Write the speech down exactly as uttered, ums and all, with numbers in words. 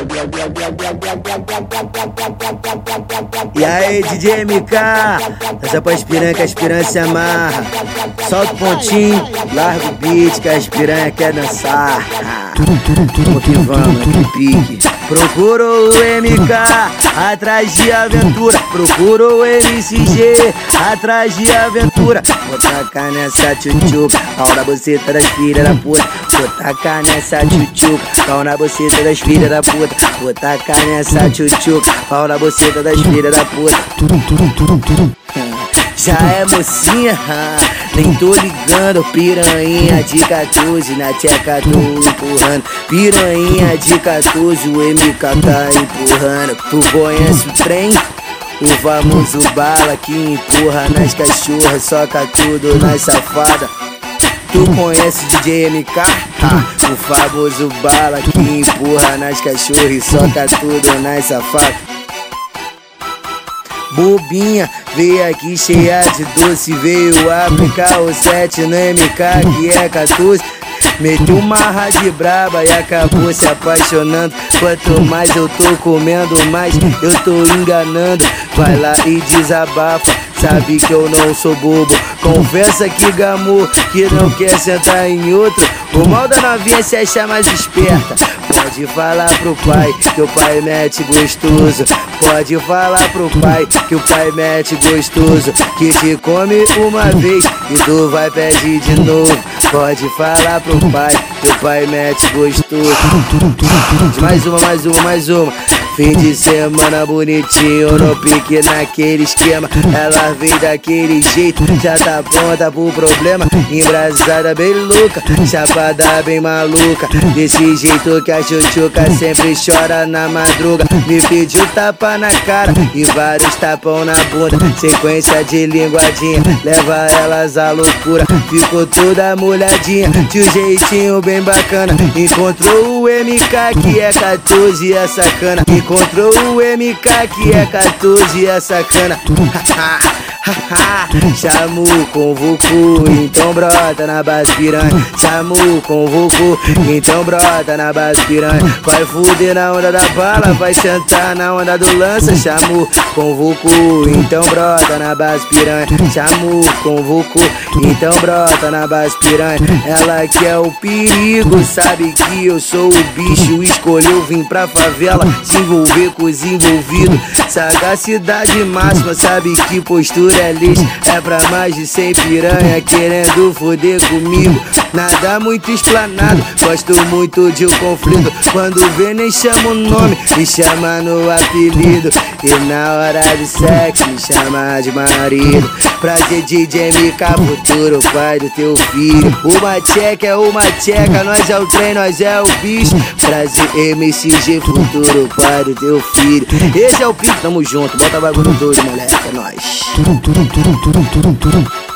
E aí, D J M K, essa pras piranha que as piranha se amarra. Solta o pontinho, larga o beat que as piranha quer dançar. Vamos que vamos, que pique. Procuro o M K, atrás de aventura. Procuro o M C G, atrás de aventura. Vou tacar nessa tchutchuca, pau na buceta das filhas da puta. Vou tacar nessa tchutchuca, pau na buceta das filhas da puta. Vou tacar nessa tchutchuca, pau na buceta das filhas da puta. Já é mocinha, nem tô ligando. Piranha de quatorze, na tcheca tô empurrando. Piranha de quatorze, o M K tá empurrando. Tu conhece o trem? O famoso bala que empurra nas cachorras, soca tudo nas safada. Tu conhece D J M K? Ha, o famoso bala que empurra nas cachorras e soca tudo nas safadas. Bobinha, veio aqui cheia de doce, veio aplicar o sete no M K que é quatorze. Meteu uma rádio braba e acabou se apaixonando. Quanto mais eu tô comendo, mais eu tô enganando. Vai lá e desabafa, sabe que eu não sou bobo. Confessa que gamou, que não quer sentar em outro. O mal da novinha se acha mais esperta. Pode falar pro pai que o pai mete gostoso. Pode falar pro pai que o pai mete gostoso. Que te come uma vez e tu vai pedir de novo. Pode falar pro pai que o pai mete gostoso. Mais uma, mais uma, mais uma. Fim de semana bonitinho, no pique naquele esquema. Ela veio daquele jeito, já tá pronta pro problema. Embrasada bem louca, chapada bem maluca. Desse jeito que a tchutchuca sempre chora na madruga. Me pediu tapa na cara e vários tapão na bunda. Sequência de linguadinha, leva elas à loucura. Ficou toda molhadinha, de um jeitinho bem bacana. Encontrou o M K que é quatorze e é sacana. Encontrou o M K que é quatorze e é sacana. Chamou, convocou, então brota na base piranha. Chamou, convocou, então brota na base piranha. Vai fuder na onda da bala, vai sentar na onda do lança. Chamou, convocou, então brota na base piranha. Chamou, convocou, então brota na base piranha. Ela que é o perigo, sabe que eu sou o bicho. Escolheu vir pra favela, se envolver com os envolvidos. Sagacidade máxima, sabe que postura é lixo. É pra mais de cem piranha querendo foder comigo. Nada muito explanado, gosto muito de um conflito. Quando vê nem chama o nome, me chama no apelido. E na hora do sexo me chama de marido. Prazer D J M K, futuro pai do teu filho. Uma tcheca é uma tcheca, nós é o trem, nós é o bicho. Prazer M C G, futuro pai do teu filho. Esse é o pique, tamo junto, bota bagulho doido, moleque, é nóis.